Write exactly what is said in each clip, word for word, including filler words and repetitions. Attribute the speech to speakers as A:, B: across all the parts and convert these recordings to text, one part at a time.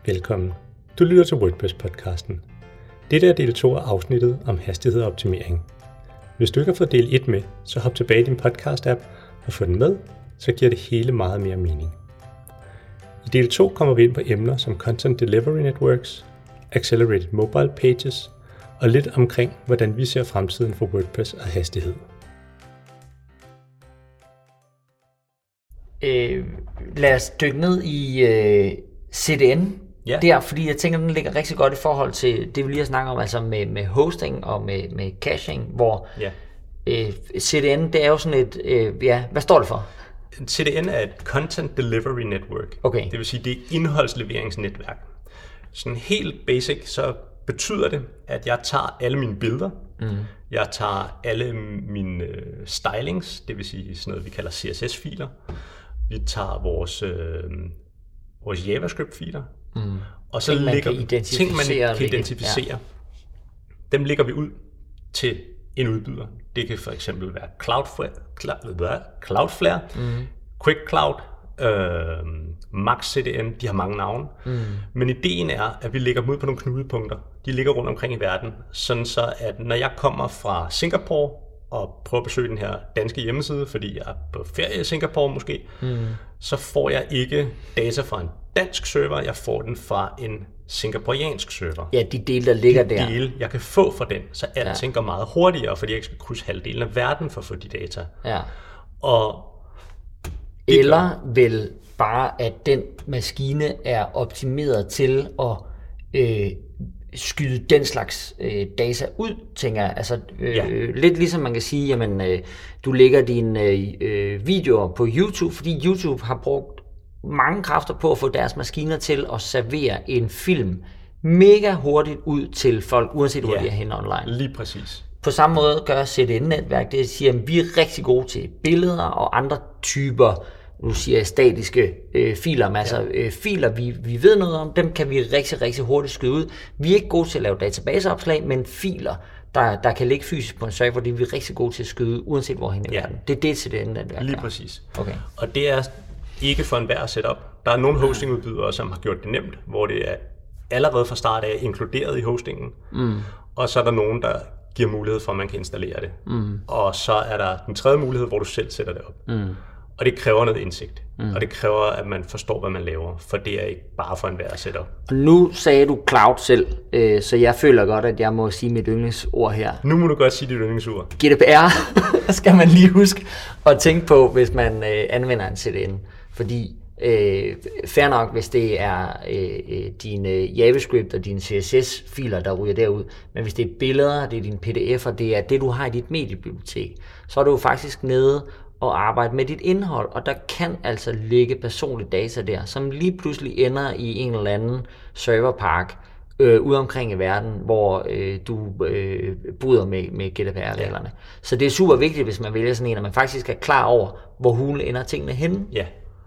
A: Velkommen. Du lytter til WordPress-podcasten. Dette er del to af afsnittet om hastighed og optimering. Hvis du ikke har fået del et med, så hop tilbage i din podcast-app og få den med, så giver det hele meget mere mening. I del to kommer vi ind på emner som Content Delivery Networks, Accelerated Mobile Pages og lidt omkring, hvordan vi ser fremtiden for WordPress og hastighed.
B: Øh, lad os dykke ned i øh, C D N ja. der, fordi jeg tænker, den ligger rigtig godt i forhold til det, vi lige har snakket om, altså med, med hosting og med, med caching, hvor ja. øh, C D N, det er jo sådan et, øh, ja, hvad står det for?
A: C D N er et Content Delivery Network,
B: okay.
A: det vil sige, det er indholdsleveringsnetværk. Sådan helt basic, så betyder det, at jeg tager alle mine billeder, mm. jeg tager alle mine øh, stylings, det vil sige sådan noget, vi kalder C S S-filer, vi tager vores, øh, vores JavaScript-filer, mm. og så
B: ting, man
A: lægger
B: kan
A: ting, man kan identificere, ja. dem lægger vi ud til en udbyder. Det kan for eksempel være Cloudflare, Cloudflare mm. Quick Cloud, øh, Max C D N, de har mange navne. Mm. Men ideen er, at vi lægger dem ud på nogle knudepunkter. De ligger rundt omkring i verden, sådan så at når jeg kommer fra Singapore og prøver at besøge den her danske hjemmeside, fordi jeg er på ferie i Singapore måske, mm. så får jeg ikke data fra en dansk server, jeg får den fra en singaporeansk server.
B: Ja, de dele, der ligger
A: de
B: der.
A: De dele, jeg kan få fra den, så alting ja. går meget hurtigere, fordi jeg ikke skal krydse halvdelen af verden for at få de data.
B: Ja.
A: Og
B: Eller vel bare, at den maskine er optimeret til at øh, skyde den slags øh, data ud, tænker jeg. Altså, øh, ja. lidt ligesom man kan sige, jamen, øh, du lægger dine øh, videoer på YouTube, fordi YouTube har brugt mange kræfter på at få deres maskiner til at servere en film mega hurtigt ud til folk, uanset hvor ja. de er henne online.
A: Lige præcis.
B: På samme måde gør C D N-netværk, det siger, at vi er rigtig gode til billeder og andre typer, nu siger jeg statiske øh, filer, altså ja. øh, filer, vi, vi ved noget om, dem kan vi rigtig, rigtig hurtigt skyde ud. Vi er ikke gode til at lave databaseopslag, men filer, der, der kan ligge fysisk på en server, det er vi rigtig gode til at skyde, uanset hvorhen i ja. verden. Det er det C D N-netværk.
A: Lige præcis.
B: Okay.
A: Og det er ikke for enhver setup. Der er nogle hostingudbydere, som har gjort det nemt, hvor det er allerede fra start af inkluderet i hostingen, mm. og så er der nogen, der giver mulighed for, at man kan installere det. Mm. Og så er der den tredje mulighed, hvor du selv sætter det op. Mm. Og det kræver noget indsigt. Mm. Og det kræver, at man forstår, hvad man laver. For det er ikke bare for enhver setup.
B: Og nu sagde du cloud selv, øh, så jeg føler godt, at jeg må sige mit yndlingsord her.
A: Nu må du godt sige dit yndlingsord.
B: G D P R skal man lige huske at tænke på, hvis man øh, anvender en C D N. Fordi Øh, fair nok, hvis det er øh, dine JavaScript og dine C S S-filer, der ryger derud, men hvis det er billeder, det er dine P D F'er, det er det, du har i dit mediebibliotek, så er du jo faktisk nede og arbejde med dit indhold, og der kan altså ligge personlige data der, som lige pludselig ender i en eller anden serverpark øh, ude omkring i verden, hvor øh, du øh, bryder med, med G D P R-reglerne. Ja. Så det er super vigtigt, hvis man vælger sådan en, at man faktisk er klar over, hvor hulen ender tingene henne.
A: Ja.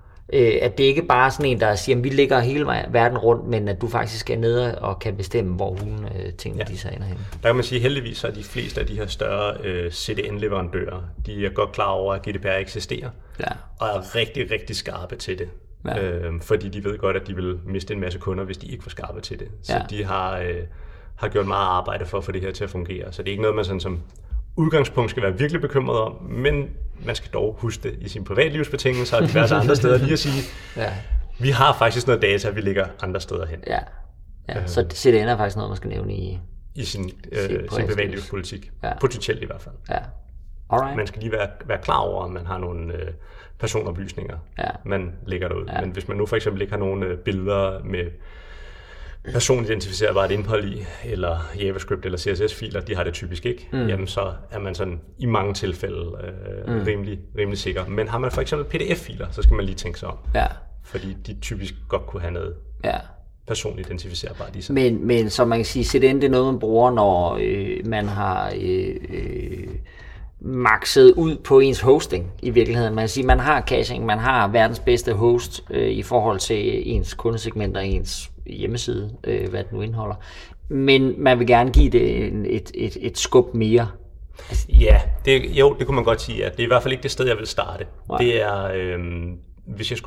B: At det ikke bare er sådan en, der siger, at vi ligger hele verden rundt, men at du faktisk er nede og kan bestemme, hvor hun øh, tingene ja. de så ender hen.
A: Der kan man sige, at heldigvis så er de fleste af de her større øh, C D N-leverandører, de er godt klar over, at G D P R eksisterer, ja. og er rigtig, rigtig skarpe til det. Ja. Øh, fordi de ved godt, at de vil miste en masse kunder, hvis de ikke var skarpe til det. Så ja. de har, øh, har gjort meget arbejde for at få det her til at fungere. Så det er ikke noget, man sådan som udgangspunkt skal være virkelig bekymret om, men man skal dog huske det i sine privatlivsbetingelser og diverse andre steder lige at sige, ja. vi har faktisk noget data, vi ligger andre steder hen.
B: Ja, ja. Øh, så C D N er faktisk noget, man skal nævne i,
A: i sin, øh, sin privatlivspolitik. Ja. Potentielt i hvert fald.
B: Ja. Alright.
A: Man skal lige være, være klar over, at man har nogle øh, personoplysninger, ja. man lægger derud. Ja. Men hvis man nu for eksempel ikke har nogle øh, billeder med personidentificerbart indhold i, eller JavaScript eller C S S-filer, de har det typisk ikke, mm. jamen så er man sådan i mange tilfælde øh, mm. rimelig, rimelig sikker. Men har man for eksempel P D F-filer, så skal man lige tænke sig om. Ja. Fordi de typisk godt kunne have noget ja. personidentificerbart i sig.
B: Men, men som man kan sige, C D N det er noget, man bruger, når øh, man har øh, øh, makset ud på ens hosting i virkeligheden. Man kan sige, man har caching, man har verdens bedste host øh, i forhold til ens kundesegmenter, ens hjemmeside, øh, hvad det nu indeholder. Men man vil gerne give det et, et, et skub mere.
A: Ja, det, jo, det kunne man godt sige. At det er i hvert fald ikke det sted, jeg vil starte. Nej. Det er, øh, hvis jeg skulle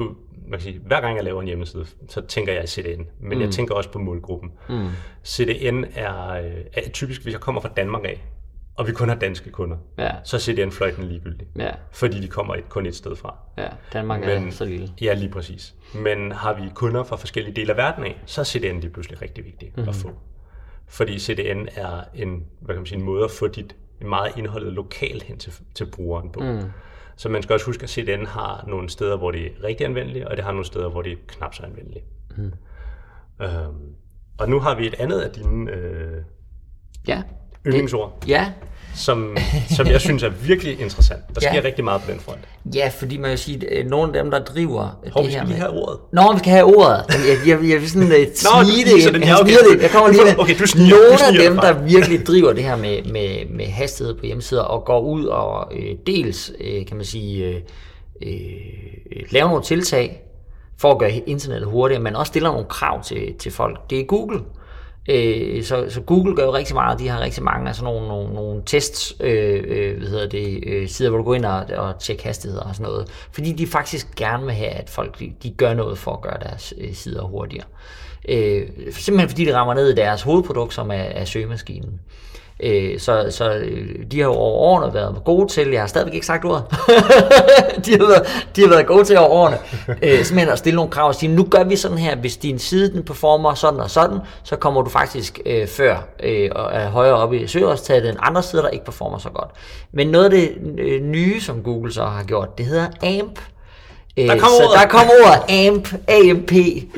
A: man kan sige, hver gang jeg laver en hjemmeside, så tænker jeg i C D N, men mm. jeg tænker også på målgruppen. Mm. C D N er, er typisk, hvis jeg kommer fra Danmark af, og vi kun har danske kunder, ja. så er C D N fløjten ligegyldig, ja. fordi de kommer et, kun et sted fra.
B: Ja, Danmark er men, så lille.
A: Ja, lige præcis. Men har vi kunder fra forskellige dele af verden af, så er C D N lige pludselig rigtig vigtigt mm. at få. Fordi C D N er en, hvad kan man sige, en måde at få dit meget indholdet lokalt hen til, til brugeren på. Mm. Så man skal også huske, at C D N har nogle steder, hvor det er rigtig anvendeligt, og det har nogle steder, hvor det er knap så anvendeligt. Mm. Øhm, og nu har vi et andet af dine øh,
B: ja,
A: yndlingsord,
B: det, ja.
A: som, som jeg synes er virkelig interessant. Der sker ja. rigtig meget på den front.
B: Ja, fordi man vil sige, at nogle af dem, der driver
A: Hov,
B: det
A: her
B: her
A: med... vi skal lige have ordet.
B: Nå, vi skal have ordet. Jeg, jeg, jeg vil sådan uh, snige det.
A: Den,
B: jeg,
A: ja, okay.
B: det. Jeg kommer lige med.
A: Okay, du sniger,
B: nogle
A: du sniger
B: af dem, der virkelig driver det her med, med, med hastighed på hjemmesider, og går ud og øh, dels, øh, kan man sige, øh, øh, laver nogle tiltag for at gøre internettet hurtigere, men også stiller nogle krav til, til folk. Det er Google. Så, så Google gør jo rigtig meget, de har rigtig mange af sådan nogle, nogle, nogle tests, øh, hvad hedder det, øh, sider, hvor du går ind og, og tjekker hastigheder og sådan noget, fordi de faktisk gerne vil have, at folk de, de gør noget for at gøre deres øh, sider hurtigere. Øh, simpelthen fordi de rammer ned i deres hovedprodukt, som er, er søgemaskinen. Øh, så, så de har jo over årene været gode til, jeg har stadigvæk ikke sagt ordet, de, har været, de har været gode til over årene, øh, simpelthen at stille nogle krav og sige, nu gør vi sådan her, hvis din side den performer sådan og sådan, så kommer du faktisk øh, før øh, og er højere oppe i søgeresultatet end andre sider, der ikke performer så godt. Men noget af det øh, nye, som Google så har gjort, det hedder A M P. Øh, der
A: kommer
B: ordet. Der kommer ordet A M P, A M P,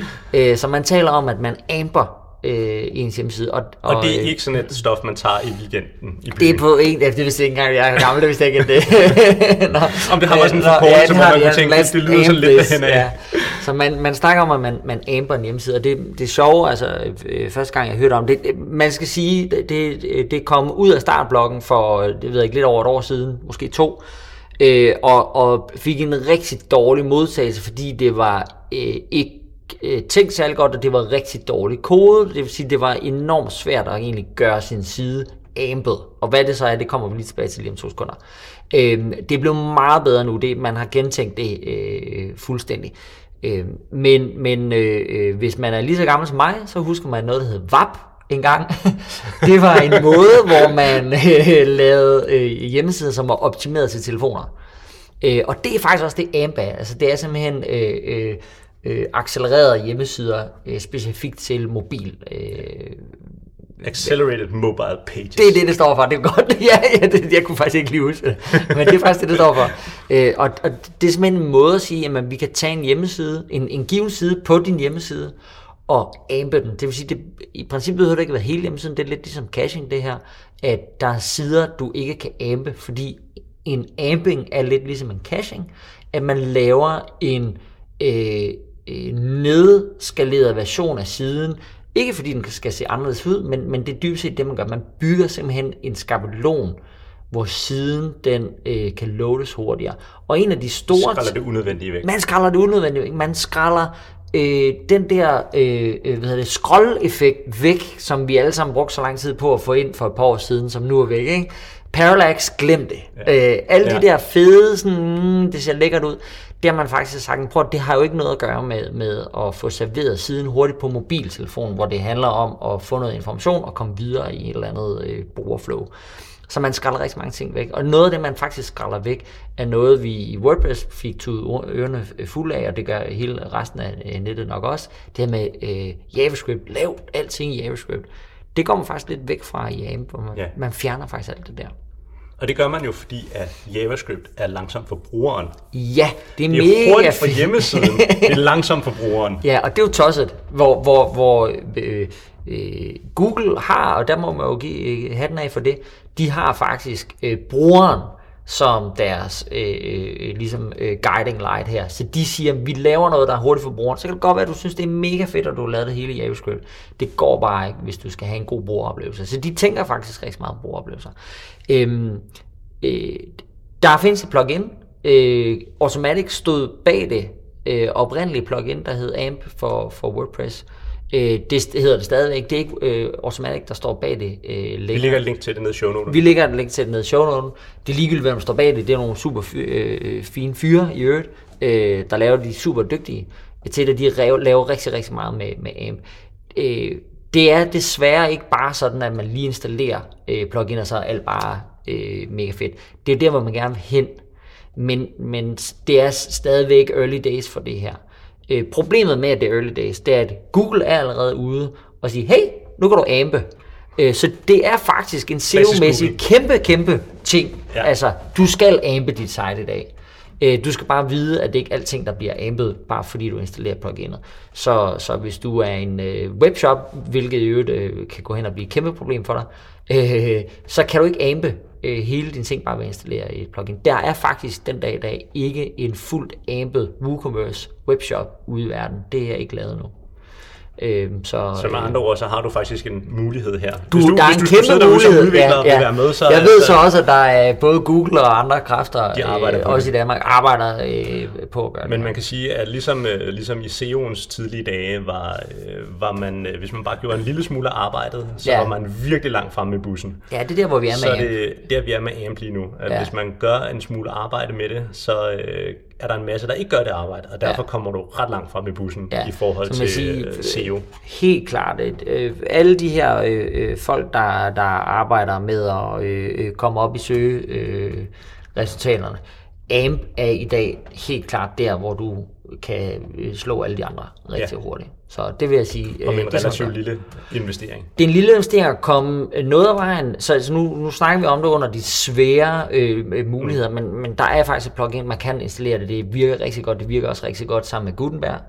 B: øh, så man taler om, at man amper Øh, ens hjemmeside. Og,
A: og, og det er ikke sådan et stof, man tager i weekenden i byen.
B: Det er på en, det vidste ikke engang, jeg er gammel, det vidste ikke, at det.
A: Nå, om det har været sådan en forkortelse, hvor man kunne tænke, det lyder sådan lidt derhen af. Ja.
B: Så man, man snakker om, at man, man amper en hjemmeside, og det, det er sjovt, altså øh, første gang jeg hørte om det, man skal sige, det, det, det kom ud af startblokken for, det ved jeg ikke, lidt over et år siden, måske to, øh, og, og fik en rigtig dårlig modtagelse, fordi det var øh, ikke tænkt særlig godt, at det var rigtig dårlig kode. Det vil sige, det var enormt svært at egentlig gøre sin side amped. Og hvad det så er, det kommer vi lige tilbage til lige om to sekunder. Øhm, det blev meget bedre nu. Det, man har gentænkt det øh, fuldstændig. Øhm, men men øh, hvis man er lige så gammel som mig, så husker man noget, der hed V A P engang. Det var en måde, hvor man øh, lavede øh, hjemmesider, som var optimeret til telefoner. Øh, og det er faktisk også det A M P er. Altså, det er simpelthen Øh, øh, Øh, accelererede hjemmesider øh, specifikt til mobil. Øh,
A: Accelerated Mobile Pages.
B: Det er det, det står for. Det er godt. Ja, ja, det, jeg kunne faktisk ikke lige huske det. Men det er faktisk det, det står for. Øh, og, og det er simpelthen en måde at sige, at vi kan tage en hjemmeside, en, en given side på din hjemmeside, og ampe den. Det vil sige, det, i princippet behøver det ikke være hele hjemmesiden. Det er lidt ligesom caching det her, at der er sider, du ikke kan ampe, fordi en amping er lidt ligesom en caching, at man laver en øh, nedskaleret version af siden, ikke fordi den skal se anderledes ud, men, men det er dybest set det, man gør. Man bygger simpelthen en skabelon, hvor siden den øh, kan loades hurtigere. Og en af de store...
A: Man skræller det unødvendige væk.
B: Man skræller det unødvendige væk. Man skræller øh, den der øh, hvad hedder det, scroll-effekt væk, som vi alle sammen brugte så lang tid på at få ind for et par år siden, som nu er væk, ikke? Parallax, glem det. Ja. Øh, alle ja. de der fede, sådan, mm, det ser lækkert ud, det har man faktisk sagt, prøv, det har jo ikke noget at gøre med, med at få serveret siden hurtigt på mobiltelefonen, hvor det handler om at få noget information og komme videre i et eller andet øh, brugerflow. Så man skræller rigtig mange ting væk. Og noget af det, man faktisk skræller væk, er noget, vi i WordPress fik tudet ørerne fulde af, og det gør hele resten af nettet nok også. Det her med øh, JavaScript, lav alting i JavaScript. Det går man faktisk lidt væk fra i A M P, hvor man, ja. man fjerner faktisk alt det der.
A: Og det gør man jo, fordi at JavaScript er langsomt for brugeren.
B: Ja, det er,
A: det er
B: mega
A: hurtigt for hjemmesiden, det er langsomt for brugeren.
B: Ja, og det er jo tosset, hvor, hvor, hvor øh, øh, Google har, og der må man jo give hatten af for det, de har faktisk øh, brugeren som deres øh, ligesom øh, guiding light her. Så de siger, at vi laver noget, der er hurtigt for brugeren. Så kan det godt være, at du synes, det er mega fedt, at du har lavet det hele i JavaScript. Det går bare ikke, hvis du skal have en god brugeroplevelse. Så de tænker faktisk rigtig meget på brugeroplevelser. Øhm, øh, der findes et plugin. Øh, Automatic stod bag det øh, oprindelige plugin, der hed A M P for, for WordPress. Øh, det hedder det stadigvæk. Det er ikke øh, Automattic, der står bag det øh, længere.
A: Vi lægger et link til det nede i shownoten.
B: Vi lægger et link til det nede i shownoten. Det er ligegyldigt, hvem der står bag det. Det er nogle super fyr, øh, fine fyre i øvrigt, øh, der laver de super dygtige til det. De laver, laver rigtig, rigtig meget med, med A M P. Øh, det er desværre ikke bare sådan, at man lige installerer øh, plugin, og så er alt bare øh, mega fedt. Det er der, hvor man gerne vil hen. Men, men det er stadigvæk early days for det her. Øh, problemet med, at det er early days, det er, at Google er allerede ude og siger, hey, nu kan du ampe. Øh, så det er faktisk en S E O-mæssig kæmpe, kæmpe ting. Ja. Altså, du skal ampe dit site i dag. Øh, du skal bare vide, at det ikke er alting, der bliver ampet, bare fordi du installerer pluginet. Så, så hvis du er en øh, webshop, hvilket i øvrigt øh, kan gå hen og blive et kæmpe problem for dig, øh, så kan du ikke ampe øh, hele din ting bare ved at installere et plugin. Der er faktisk den dag i dag ikke en fuldt ampet WooCommerce webshop ude i verden. Det er ikke lavet nu. Øh, så,
A: så med andre ord, så har du faktisk en mulighed her.
B: Du,
A: hvis du,
B: der er
A: hvis
B: en
A: du,
B: kæmpe
A: du
B: mulighed. Ja, ja.
A: Være med, så,
B: jeg ved så også, at der er både Google og andre kræfter,
A: øh,
B: også i Danmark, arbejder øh, på at gøre det.
A: Men man kan sige, at ligesom, øh, ligesom i S E O'ens tidlige dage, var, øh, var man, øh, hvis man bare gjorde en lille smule af arbejdet, så ja. var man virkelig langt fremme med bussen.
B: Ja, det er der, hvor vi er med
A: Så det der, vi er med A M P lige nu. At ja. Hvis man gør en smule arbejde med det, så øh, er der en masse, der ikke gør det arbejde, og derfor ja. kommer du ret langt frem med bussen ja. i forhold til sige, S E O.
B: Helt klart. Øh, alle de her øh, folk, der, der arbejder med at øh, komme op i søgeresultaterne, øh, A M P er i dag helt klart der, hvor du kan slå alle de andre rigtig ja. hurtigt. Så det vil jeg sige...
A: Og med en relativt lille investering.
B: Det er en lille investering at komme noget af vejen. Så altså nu, nu snakker vi om det under de svære øh, muligheder, mm. men, men der er faktisk et plugin, man kan installere det. Det virker rigtig godt. Det virker også rigtig godt sammen med Gutenberg,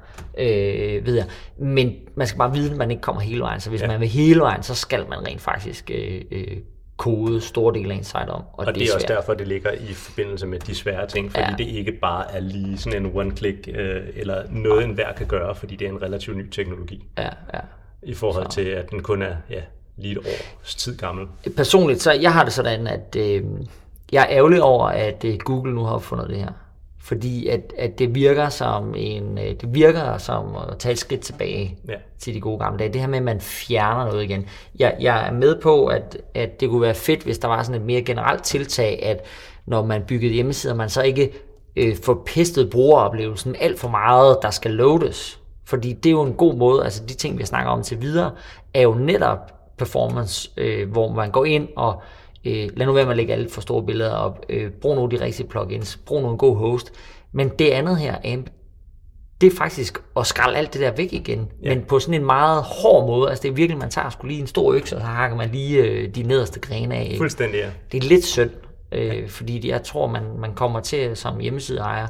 B: øh, ved jeg. Men man skal bare vide, at man ikke kommer hele vejen. Så hvis ja. man vil hele vejen, så skal man rent faktisk... Øh, øh, kode store dele af en site om.
A: Og, og det er, det er også derfor, det ligger i forbindelse med de svære ting, fordi ja. det ikke bare er lige sådan en one-click, øh, eller noget enhver kan gøre, fordi det er en relativt ny teknologi.
B: Ja, ja.
A: I forhold så. til, at den kun er ja, lige et års tid gammel.
B: Personligt, så jeg har det sådan, at øh, jeg er ærgerlig over, at øh, Google nu har opfundet det her. Fordi at, at det virker som en, det virker som at tage et skridt tilbage ja. til de gode gamle dage. Det her med, at man fjerner noget igen. Jeg, jeg er med på, at, at det kunne være fedt, hvis der var sådan et mere generelt tiltag, at når man byggede hjemmesider, man så ikke øh, forpestede brugeroplevelsen alt for meget, der skal loades. Fordi det er jo en god måde, altså de ting, vi snakker om til videre, er jo netop performance, øh, hvor man går ind og Øh, lad nu være med at lægge alle for store billeder op. Øh, brug nogle af de rigtige plugins. Brug nogle god host. Men det andet her, A M P, det er faktisk at skralde alt det der væk igen. Ja. Men på sådan en meget hård måde. Altså det er virkelig, man tager sgu lige en stor økse, og så hakker man lige øh, de nederste grene af.
A: Fuldstændig, ja.
B: Det er lidt synd. Øh, ja. Fordi jeg tror, man, man kommer til som hjemmesideejer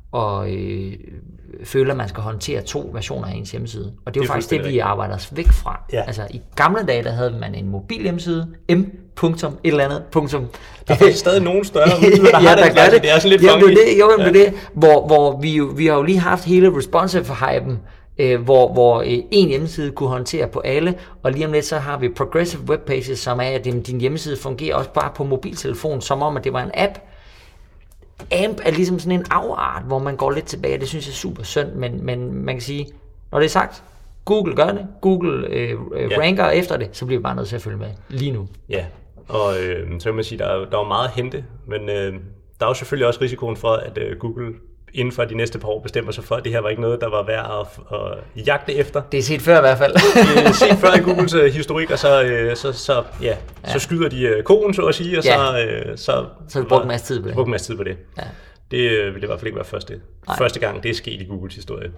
B: og øh, føler, at man skal håndtere to versioner af ens hjemmeside. Og det er jo faktisk det, vi arbejder os væk fra. Ja. Altså i gamle dage, der havde man en mobil hjemmeside, m. Punktum, et eller andet, punktum.
A: Der er faktisk stadig nogen større udbyder, der
B: ja,
A: har
B: der
A: det.
B: Gør det.
A: Det er sådan lidt
B: jamen, det, jo, jamen,
A: ja.
B: det, hvor, hvor vi, jo, vi har jo lige haft hele responsive-hypen, øh, hvor, hvor øh, en hjemmeside kunne håndtere på alle, og lige om lidt så har vi progressive webpages, som er, at din hjemmeside fungerer også bare på mobiltelefon, som om, at det var en app. A M P er ligesom sådan en afart, hvor man går lidt tilbage, det synes jeg er super synd, men, men man kan sige, når det er sagt, Google gør det, Google øh, øh, ja. ranker efter det, så bliver vi bare nødt til at følge med lige nu.
A: Ja, og øh, så kan man sige, der er, der er meget at hente, men øh, der er jo selvfølgelig også risikoen for, at øh, Google inden for de næste par år bestemmer sig for, at det her var ikke noget, der var værd at, at jagte efter.
B: Det er set før i hvert fald.
A: Det er set før i Googles uh, historik, og så, uh, så, så, ja, ja. så skyder de uh, koen, så at sige, og ja. så... Uh, så
B: så vi brugte en masse tid på det.
A: brugte en masse tid på det. Ja. Det uh, vil i hvert fald ikke være første, første gang, det er sket i Googles historie.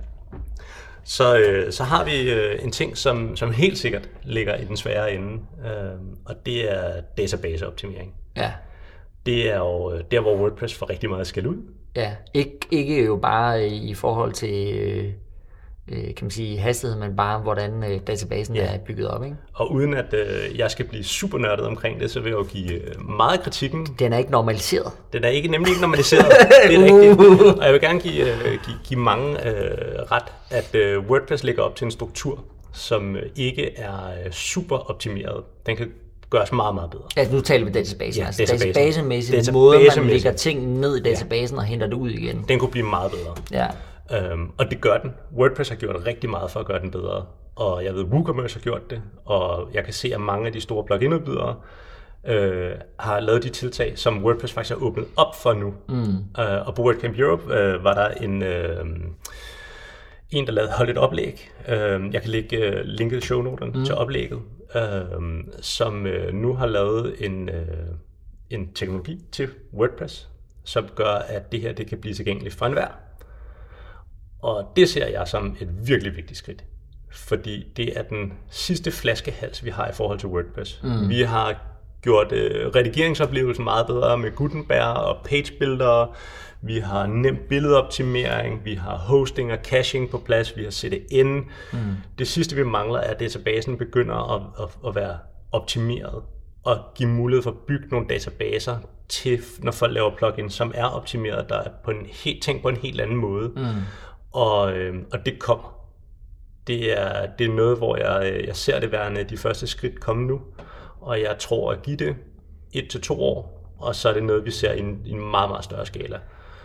A: Så, uh, så har vi uh, en ting, som, som helt sikkert ligger i den svære ende, uh, og det er databaseoptimering. Ja. Det er jo der, hvor WordPress får rigtig meget skæld ud.
B: Ja, ikke, ikke jo bare i forhold til øh, kan man sige, hastighed, men bare hvordan øh, databasen ja. er bygget op. Ikke?
A: Og uden at øh, jeg skal blive super nørdet omkring det, så vil jeg jo give øh, meget kritikken.
B: Den er ikke normaliseret.
A: Den er ikke, nemlig ikke normaliseret. Det er rigtigt. Og jeg vil gerne give, øh, give, give mange øh, ret, at øh, WordPress lægger op til en struktur, som ikke er øh, super optimeret. Den kan gøres meget, meget bedre.
B: Altså nu taler vi databasen.
A: Ja,
B: altså
A: databasen.
B: Databasemæssigt
A: Database
B: måde, man lægger ting ned i databasen ja. og henter det ud igen.
A: Den kunne blive meget bedre.
B: Ja.
A: Øhm, og det gør den. WordPress har gjort rigtig meget for at gøre den bedre. og jeg ved, WooCommerce har gjort det, og jeg kan se, at mange af de store plugin-udbydere øh, har lavet de tiltag, som WordPress faktisk har åbnet op for nu. Mm. Uh, og på WordCamp Europe øh, var der en, øh, en, der lavede holdt et oplæg. Uh, jeg kan lægge øh, linket i shownoterne mm. til oplægget, øh, som øh, nu har lavet en, øh, en teknologi til WordPress, som gør, at det her det kan blive tilgængeligt for enhver. Og det ser jeg som et virkelig vigtigt skridt, fordi det er den sidste flaskehals, vi har i forhold til WordPress. Mm. Vi har gjort øh, redigeringsoplevelsen meget bedre med Gutenberg og pagebuilder. Vi har nem billedoptimering, vi har hosting og caching på plads, vi har C D N. Mm. Det sidste, vi mangler, er, at databasen begynder at, at, at være optimeret og give mulighed for at bygge nogle databaser til, når folk laver plugins, som er optimeret, der er på en helt, tænkt på en helt anden måde. Mm. Og, øh, og det kommer. Det er, det er noget, hvor jeg, jeg ser det værende de første skridt komme nu, og jeg tror at give det et til to år, og så er det noget, vi ser i en, i en meget, meget større skala.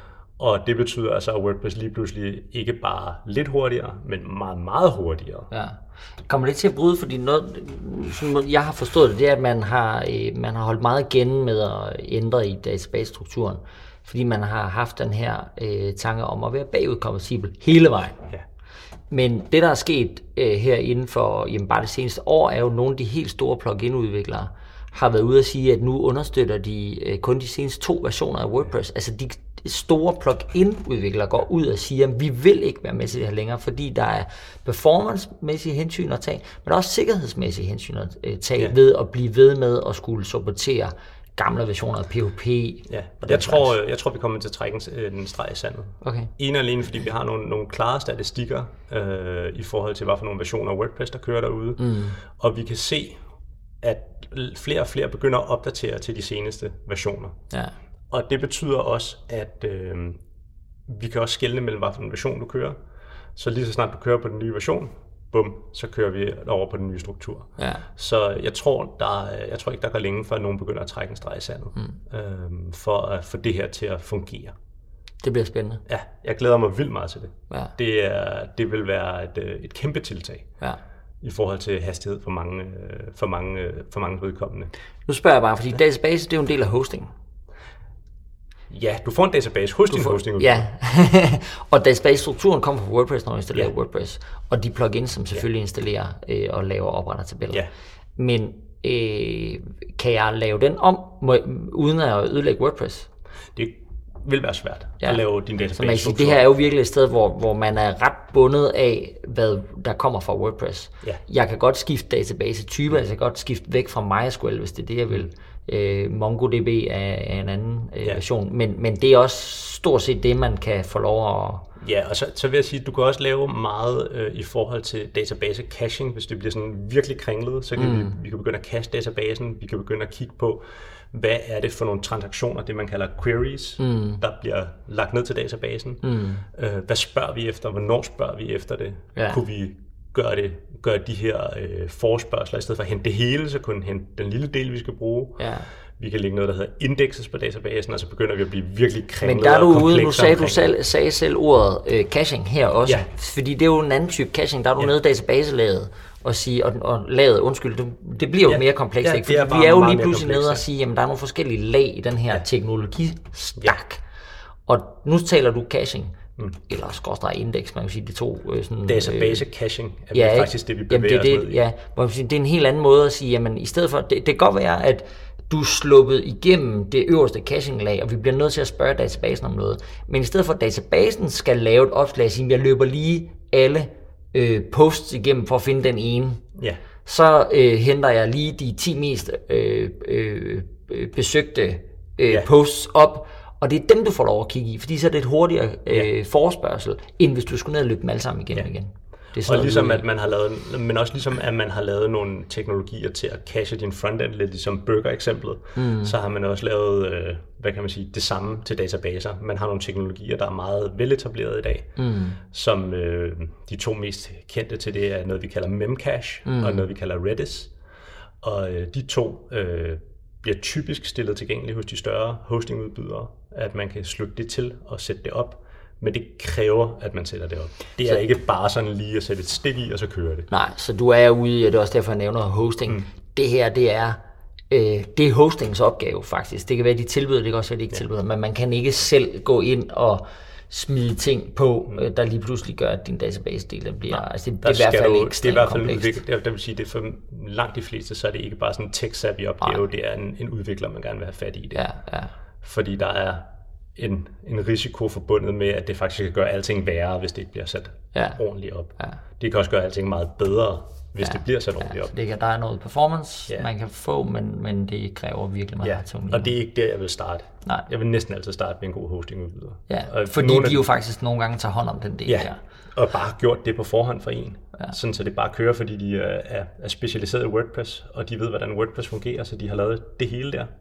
A: Og det betyder altså, at WordPress lige pludselig ikke bare lidt hurtigere, men meget, meget hurtigere.
B: Ja. Kommer det til at bryde, fordi noget, som jeg har forstået det, det er, at man har, man har holdt meget igen med at ændre i database-strukturen, fordi man har haft den her øh, tanke om at være bagudkompatibel hele vejen. Ja. Men det, der er sket øh, her inden for jamen, bare det seneste år, er jo nogle af de helt store plugin-udviklere har været ude at sige, at nu understøtter de øh, kun de seneste to versioner af WordPress. Altså de store plugin-udviklere går ud og siger, at vi vil ikke være med til det her længere, fordi der er performance-mæssige hensyn at tage, men også sikkerhedsmæssige hensyn at øh, tage ja. ved at blive ved med at skulle supportere gamle versioner af P H P.
A: Ja, jeg tror, jeg tror, vi kommer til at trække en, en streg i sandet. Okay. En og alene, fordi vi har nogle, nogle klare statistikker øh, i forhold til, hvad for nogle versioner af WordPress, der kører derude. Mm. Og vi kan se, at flere og flere begynder at opdatere til de seneste versioner. Ja. Og det betyder også, at øh, vi kan også skelne mellem, hvad for en version du kører. Så lige så snart du kører på den nye version, bum, så kører vi over på den nye struktur. Ja. Så jeg tror, der, jeg tror ikke, der går længe, før nogen begynder at trække en streg i sandet, mm. øhm, for at få det her til at fungere.
B: Det bliver spændende.
A: Ja, jeg glæder mig vildt meget til det. Ja. Det, er, det vil være et, et kæmpe tiltag ja. i forhold til hastighed for mange, for mange, for mange vedkommende.
B: Nu spørger jeg bare, fordi database, det er jo en del af hosting.
A: Ja, du får en database hos din hosting.
B: Ja, og database-strukturen kommer fra WordPress, når du installerer ja. WordPress, og de plugins, som selvfølgelig ja. installerer øh, og laver opretter tabeller. Ja. Men øh, kan jeg lave den om, må, uden at ødelægge WordPress?
A: Det vil være svært ja. at lave din database.
B: Så det her er jo virkelig et sted, hvor, hvor man er ret bundet af, hvad der kommer fra WordPress. Ja. Jeg kan godt skifte database-typer, jeg kan godt skifte væk fra MySQL, hvis det er det, jeg vil. Øh, MongoDB er, er en anden øh, ja. version, men, men det er også stort set det, man kan få lov at...
A: Ja, og så, så vil jeg sige, at du kan også lave meget øh, i forhold til database caching, hvis det bliver sådan virkelig kringlet, så kan mm. vi, vi kan begynde at cache databasen, vi kan begynde at kigge på, hvad er det for nogle transaktioner, det man kalder queries, mm. der bliver lagt ned til databasen. Mm. Øh, hvad spørger vi efter, hvornår spørger vi efter det? Ja. Kunne vi gøre, det, gøre de her øh, forespørgsler, i stedet for at hente det hele, så kun hente den lille del, vi skal bruge. Ja. Vi kan lægge noget, der hedder indexes på databasen, og så begynder vi at blive virkelig kringlet.
B: Men der er du ude, nu sagde du selv, sagde selv ordet øh, caching her også, ja. fordi det er jo en anden type caching, der er du ja. nede i databaselaget og sige, og, og laget, undskyld, det, det bliver jo ja. mere komplekst, ja, ikke? Fordi er vi er jo lige pludselig nede og sige, jamen der er nogle forskellige lag i den her ja. teknologistak, ja. og nu taler du caching. Mm. Eller skorstræk indeks, man kan sige, de to øh, sådan...
A: Database øh, caching er ja, faktisk det, vi bevæger
B: jamen, det,
A: os ned i.
B: Ja, det er en helt anden måde at sige, jamen i stedet for, det, det kan godt være, at du er sluppet igennem det øverste caching-lag, og vi bliver nødt til at spørge databasen om noget. Men i stedet for, at databasen skal lave et opslag og sige, jeg løber lige alle øh, posts igennem for at finde den ene, ja. så øh, henter jeg lige de ti mest øh, øh, besøgte øh, ja. posts op, og det er dem, du får lov at kigge i, fordi så er det et hurtigere øh, ja. forespørgsel, end hvis du skulle ned og løbe dem alle sammen igen ja. igen.
A: Det er og ligesom at man har lavet, men også ligesom at man har lavet nogle teknologier til at cache din frontend, lidt ligesom Burger-eksemplet, mm. så har man også lavet, øh, hvad kan man sige, det samme til databaser. Man har nogle teknologier, der er meget veletableret i dag, mm. som øh, de to mest kendte til det er noget, vi kalder Memcache, mm. og noget, vi kalder Redis. Og øh, de to øh, bliver typisk stillet tilgængelige hos de større hostingudbydere, at man kan slutte det til og sætte det op. Men det kræver, at man sætter det op. Det er så, ikke bare sådan lige at sætte et stik i, og så kører det.
B: Nej, så du er ude i, og det er også derfor, jeg nævner hosting. Mm. Det her, det er, øh, det er hostings opgave faktisk. Det kan være, de tilbyder, det kan også være, de ikke ja. tilbyder, men man kan ikke selv gå ind og smide ting på, mm. der lige pludselig gør, at din database-del bliver... Nej, altså det, det, er i hvert fald du, ekstremt det er komplekst. Det,
A: det vil sige, det er for langt de fleste, så er det ikke bare sådan en tech-savvy opgave, Nej. det er en, en udvikler, man gerne vil have fat i det.
B: Ja, ja.
A: Fordi der er en, en risiko forbundet med, at det faktisk kan gøre alting værre, hvis det ikke bliver sat ja. ordentligt op. Ja. Det kan også gøre alting meget bedre, hvis ja. det bliver sat ordentligt
B: ja,
A: op.
B: Det kan, der er noget performance, ja. man kan få, men, men det kræver virkelig meget
A: ja.
B: tungt.
A: Og det er ikke der, jeg vil starte.
B: Nej.
A: Jeg vil næsten altid starte med en god hostingudbyder.
B: Ja, og fordi de, de jo faktisk nogle gange tager hånd om den del
A: ja.
B: der.
A: Og bare har gjort det på forhånd for en. Ja. Sådan så det bare kører, fordi de er, er specialiseret i WordPress, og de ved, hvordan WordPress fungerer, så de har lavet det hele der.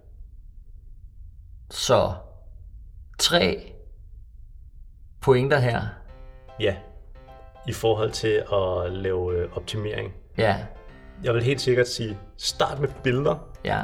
B: Så tre pointer her.
A: Ja, i forhold til at lave øh, optimering.
B: Ja. Jeg
A: vil helt sikkert sige, start med billeder.
B: Ja.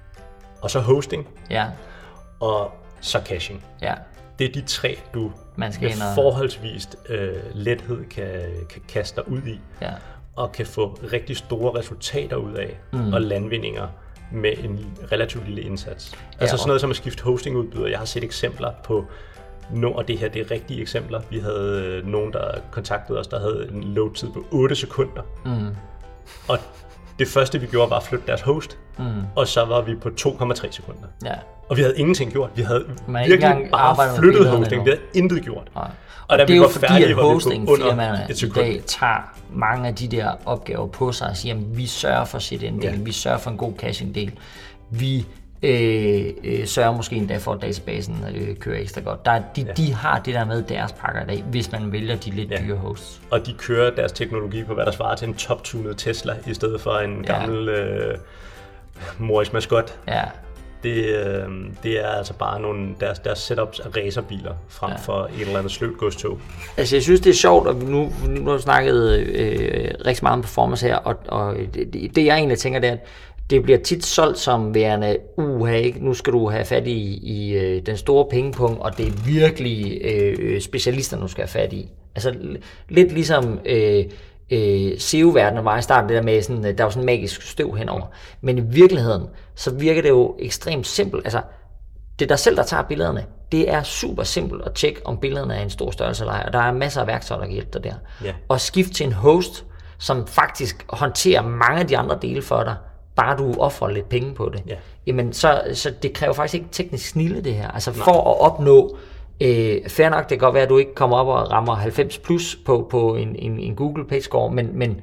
A: Og så hosting.
B: Ja.
A: Og så caching.
B: Ja.
A: Det er de tre, du
B: Man skal
A: med forholdsvis øh, lethed kan, kan kaste dig ud i.
B: Ja.
A: Og kan få rigtig store resultater ud af. Mm. Og landvindinger med en relativt lille indsats. Ja, altså sådan noget som at skifte hostingudbyder. Jeg har set eksempler på, no, og det her det er rigtige eksempler. Vi havde nogen, der kontaktede os, der havde en load-tid på otte sekunder. Mm. Og det første vi gjorde var at flytte deres host, mm. og så var vi på to komma tre sekunder.
B: Ja.
A: Og vi havde ingenting gjort. Vi havde Man virkelig bare flyttet hosting. Vi havde intet gjort.
B: Nej.
A: Og, og
B: det
A: er
B: jo
A: var
B: fordi,
A: færdige,
B: at hosting-firmaerne i dag tager mange af de der opgaver på sig og siger, at vi sørger for sit del, ja. vi sørger for en god caching-del, vi øh, øh, sørger måske endda for, at databasen øh, kører ekstra godt. Der, de, ja. de har det der med deres pakker i dag, hvis man vælger de lidt ja. dyre hosts.
A: Og de kører deres teknologi på, hvad der svarer til en top-tunet Tesla, i stedet for en ja. gammel øh, Morris Mascot.
B: Ja.
A: Det, øh, det er altså bare nogle deres, deres setups af racerbiler frem ja. for et eller andet sløvt godstog.
B: Altså jeg synes det er sjovt, og nu, nu har vi snakket øh, rigtig meget om performance her, og, og det, det jeg egentlig tænker, det er, at det bliver tit solgt som værende, uha, ikke? Nu skal du have fat i, i øh, den store pengepunkt, og det er virkelig øh, specialister, du skal have fat i. Altså lidt ligesom øh, øh, S E O-verdenen var i starten, det der med, sådan, der var sådan en magisk støv henover. Men i virkeligheden, så virker det jo ekstremt simpelt. Altså, det er dig selv, der tager billederne. Det er super simpelt at tjekke, om billederne er en stor størrelse eller ej, og der er masser af værktøjer, der kan hjælpe dig der. Yeah. Og skift til en host, som faktisk håndterer mange af de andre dele for dig, bare du offrer lidt penge på det. Yeah. Jamen, så, så det kræver faktisk ikke teknisk snilde, det her. Altså, for Nej. at opnå Øh, fair nok, det kan godt være, at du ikke kommer op og rammer halvfems plus på, på en, en, en Google page score, men, men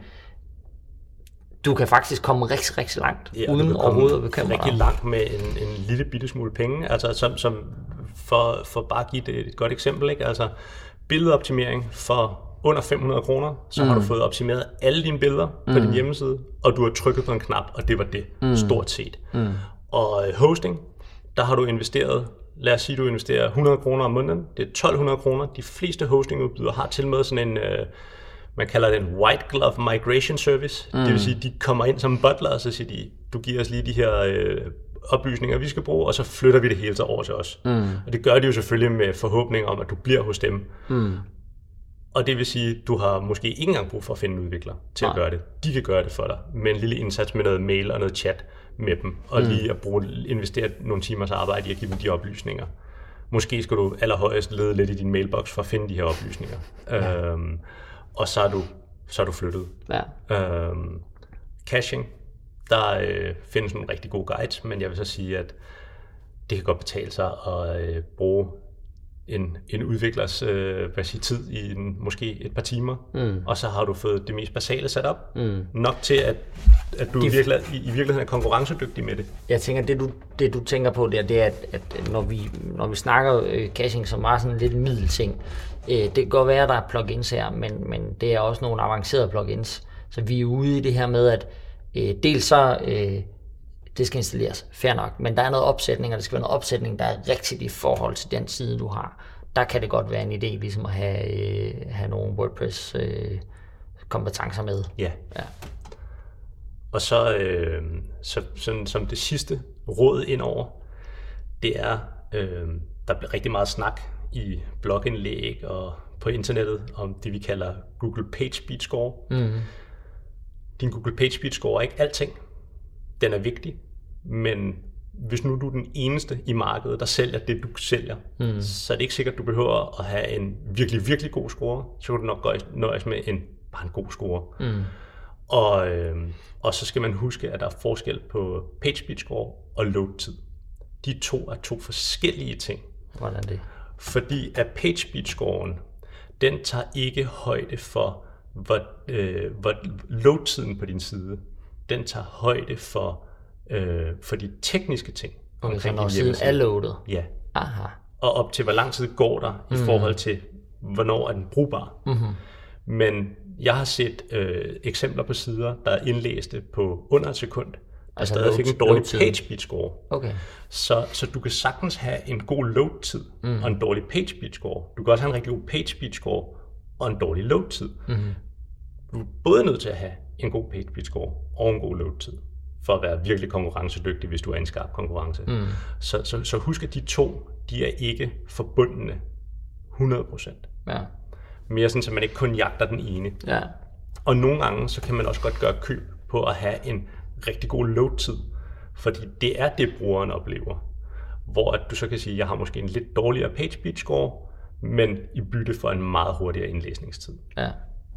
B: du kan faktisk komme rigtig, rigtig langt, ja, uden overhovedet at bekymre dig.
A: Rigtig langt med en, en lille bitte smule penge, altså som, som for, for bare at give det et godt eksempel, ikke? Altså billedoptimering for under fem hundrede kroner, så mm. har du fået optimeret alle dine billeder på mm. din hjemmeside, og du har trykket på en knap, og det var det, mm. stort set. Mm. Og hosting, der har du investeret, lad os sige, at du investerer hundrede kroner om måneden. Det er tolv hundrede kroner. De fleste hostingudbydere har til med sådan en, øh, man kalder det en white glove migration service. Mm. Det vil sige, at de kommer ind som butler, og så siger de, du giver os lige de her øh, oplysninger, vi skal bruge, og så flytter vi det hele over til os. Mm. Og det gør de jo selvfølgelig med forhåbning om, at du bliver hos dem. Mm. Og det vil sige, at du har måske ikke engang brug for at finde en udvikler til Nej. at gøre det. De kan gøre det for dig med en lille indsats med noget mail og noget chat med dem, og mm. lige at bruge, investere nogle timers arbejde i at give dem de oplysninger. Måske skal du allerhøjest lede lidt i din mailbox for at finde de her oplysninger. Ja. Øhm, og så er du, så er du flyttet. Ja. Øhm, caching, der øh, findes nogle rigtig gode guides, men jeg vil så sige, at det kan godt betale sig at øh, bruge en, en udviklers øh, hvad siger, tid i en, måske et par timer, mm. og så har du fået det mest basale sat op. Mm. Nok til, at, at du De, virkelig, i, i virkeligheden er konkurrencedygtig med det.
B: Jeg tænker, det du, det du tænker på der, det er, at, at når, vi, når vi snakker øh, caching som meget sådan en lidt middelting, øh, det kan godt være, at der er plugins her, men, men det er også nogle avancerede plugins. Så vi er ude i det her med, at øh, dels så øh, det skal installeres, fair nok, men der er noget opsætning, og det skal være noget opsætning, der er rigtigt i forhold til den side, du har. Der kan det godt være en idé, ligesom at have, øh, have nogle WordPress-kompetencer øh, med.
A: Ja. ja. Og så, øh, så sådan, som det sidste råd indover, det er, øh, der bliver rigtig meget snak i blogindlæg og på internettet om det, vi kalder Google PageSpeed Score. Mm. Din Google PageSpeed Score er ikke alting. Den er vigtig, men hvis nu du er den eneste i markedet, der sælger det, du sælger, mm. så er det ikke sikkert, at du behøver at have en virkelig, virkelig god score. Så kan du nok nøjes med en, bare en god score. Mm. Og, øh, og så skal man huske, at der er forskel på PageSpeed Score og load-tid. De to er to forskellige ting.
B: Hvordan det?
A: Fordi at PageSpeed-scoren, den tager ikke højde for, hvor, øh, hvor load-tiden på din side, den tager højde for, øh, for de tekniske ting.
B: Okay, så når siden er loadet?
A: Ja.
B: Aha.
A: Og op til, hvor lang tid går der mm. i forhold til, hvornår er den brugbar. Mm-hmm. Men jeg har set øh, eksempler på sider, der er indlæste på under et sekund, der altså stadig fik en dårlig PageSpeed score. Okay. Så, så du kan sagtens have en god load-tid mm. og en dårlig PageSpeed score. Du kan også have en rigtig god PageSpeed score og en dårlig load-tid. Mm. Du er både nødt til at have en god PageSpeed score og en god load-tid, for at være virkelig konkurrencedygtig, hvis du er i en skarp konkurrence. Mm. Så, så, så husk, at de to, de er ikke forbundne hundrede procent. Ja. Mere sådan, så man ikke kun jagter den ene. Ja. Og nogle gange, så kan man også godt gøre køb på at have en rigtig god load-tid, fordi det er det, brugeren oplever. Hvor at du så kan sige, at jeg har måske en lidt dårligere PageSpeed score, men i bytte for en meget hurtigere indlæsningstid. Ja.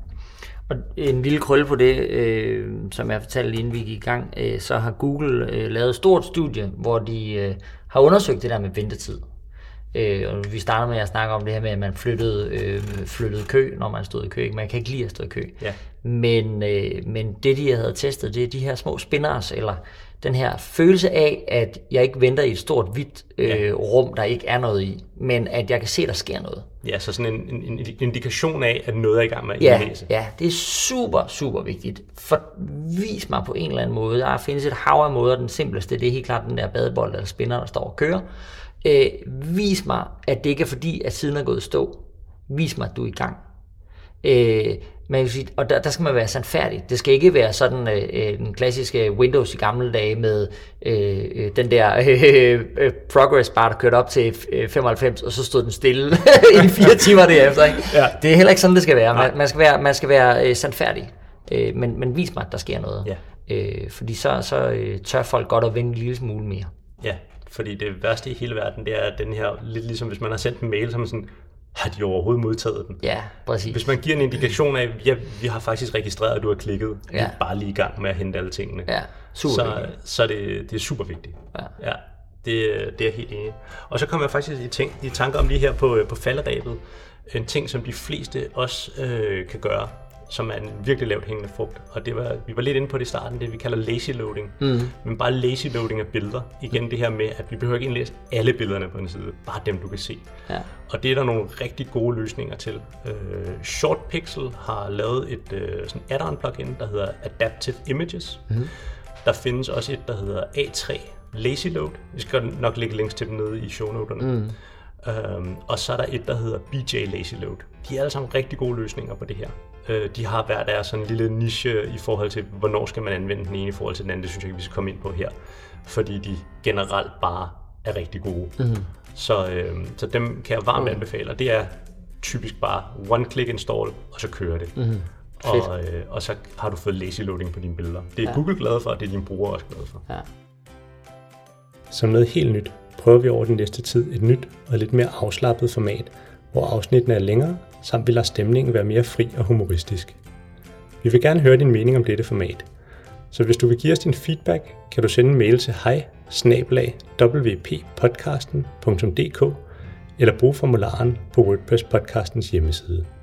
B: Og en lille krølle på det, øh, som jeg fortalte inden vi gik i gang, øh, så har Google øh, lavet et stort studie, hvor de øh, har undersøgt det der med ventetid. Øh, og vi startede med at snakke om det her med, at man flyttede, øh, flyttede kø, når man stod i kø. Man kan ikke lide at stå i kø. Ja. Men, øh, men det, de havde testet, det er de her små spinners, eller den her følelse af, at jeg ikke venter i et stort, hvidt øh, ja. rum, der ikke er noget i, men at jeg kan se, der sker noget.
A: Ja, så sådan en, en, en indikation af, at noget er i gang med at
B: ja,
A: indlæse.
B: Ja, det er super, super vigtigt. For vis mig på en eller anden måde. Der findes et hav af måder. Den simpleste, det er helt klart den der badebold eller spinner, der står og kører. Øh, vis mig, at det ikke er fordi, at siden er gået i stå. Vis mig, at du er i gang. Øh, man kan sige, og der, der skal man være sandfærdig. Det skal ikke være sådan øh, den klassiske Windows i gamle dage med øh, den der øh, øh, progress bar, der kørte op til øh, femoghalvfems, og så stod den stille i fire timer derefter. Ikke? Ja. Det er heller ikke sådan, det skal være. Man, man skal være, man skal være øh, sandfærdig. Øh, men, men vis mig, at der sker noget. Ja. Øh, fordi så, så øh, tør folk godt at vende en lille smule mere.
A: Ja, fordi det værste i hele verden, det er den her, lidt ligesom hvis man har sendt en mail, så er man sådan, har de overhovedet modtaget den?
B: Ja, præcis.
A: Hvis man giver en indikation af, ja, vi har faktisk registreret, at du har klikket, ja. Vi er bare lige i gang med at hente alle tingene.
B: Ja, super
A: så, så er det, det er super vigtigt. Ja. Ja, det, det er helt enig. Og så kommer jeg faktisk i, tænk, i tanker om lige her på, på falderebet, en ting, som de fleste også øh, kan gøre, som er en virkelig lavt hængende frugt. Og det var, vi var lidt inde på det i starten, det vi kalder lazy loading. Mm. Men bare lazy loading af billeder. Igen det her med, at vi behøver ikke indlæse alle billederne på en side. Bare dem, du kan se. Ja. Og det er der nogle rigtig gode løsninger til. Uh, ShortPixel har lavet et uh, sådan add-on plugin, der hedder Adaptive Images. Mm. Der findes også et, der hedder A tre Lazy Load. Vi skal nok lægge links til dem nede i shownoterne. Mm. Um, og så er der et, der hedder B J Lazy Load. De er alle sammen rigtig gode løsninger på det her. Uh, de har hver deres sådan en lille niche i forhold til, hvornår skal man anvende den ene i forhold til den anden. Det synes jeg ikke, vi skal komme ind på her. Fordi de generelt bare er rigtig gode. Mm-hmm. Så, uh, så dem kan jeg varmt mm. anbefale. Og det er typisk bare one-click install, og så kører det. Mm-hmm. Og, uh, og så har du fået lazy loading på dine billeder. Det er ja. Google glad for, og det er dine brugere også glade for. Ja. Som noget helt nyt prøver vi over den næste tid et nyt og lidt mere afslappet format, hvor afsnittene er længere, samt vil lade stemningen være mere fri og humoristisk. Vi vil gerne høre din mening om dette format, så hvis du vil give os din feedback, kan du sende en mail til hej snabel-a w p podcasten punktum d k eller brug formularen på WordPress podcastens hjemmeside.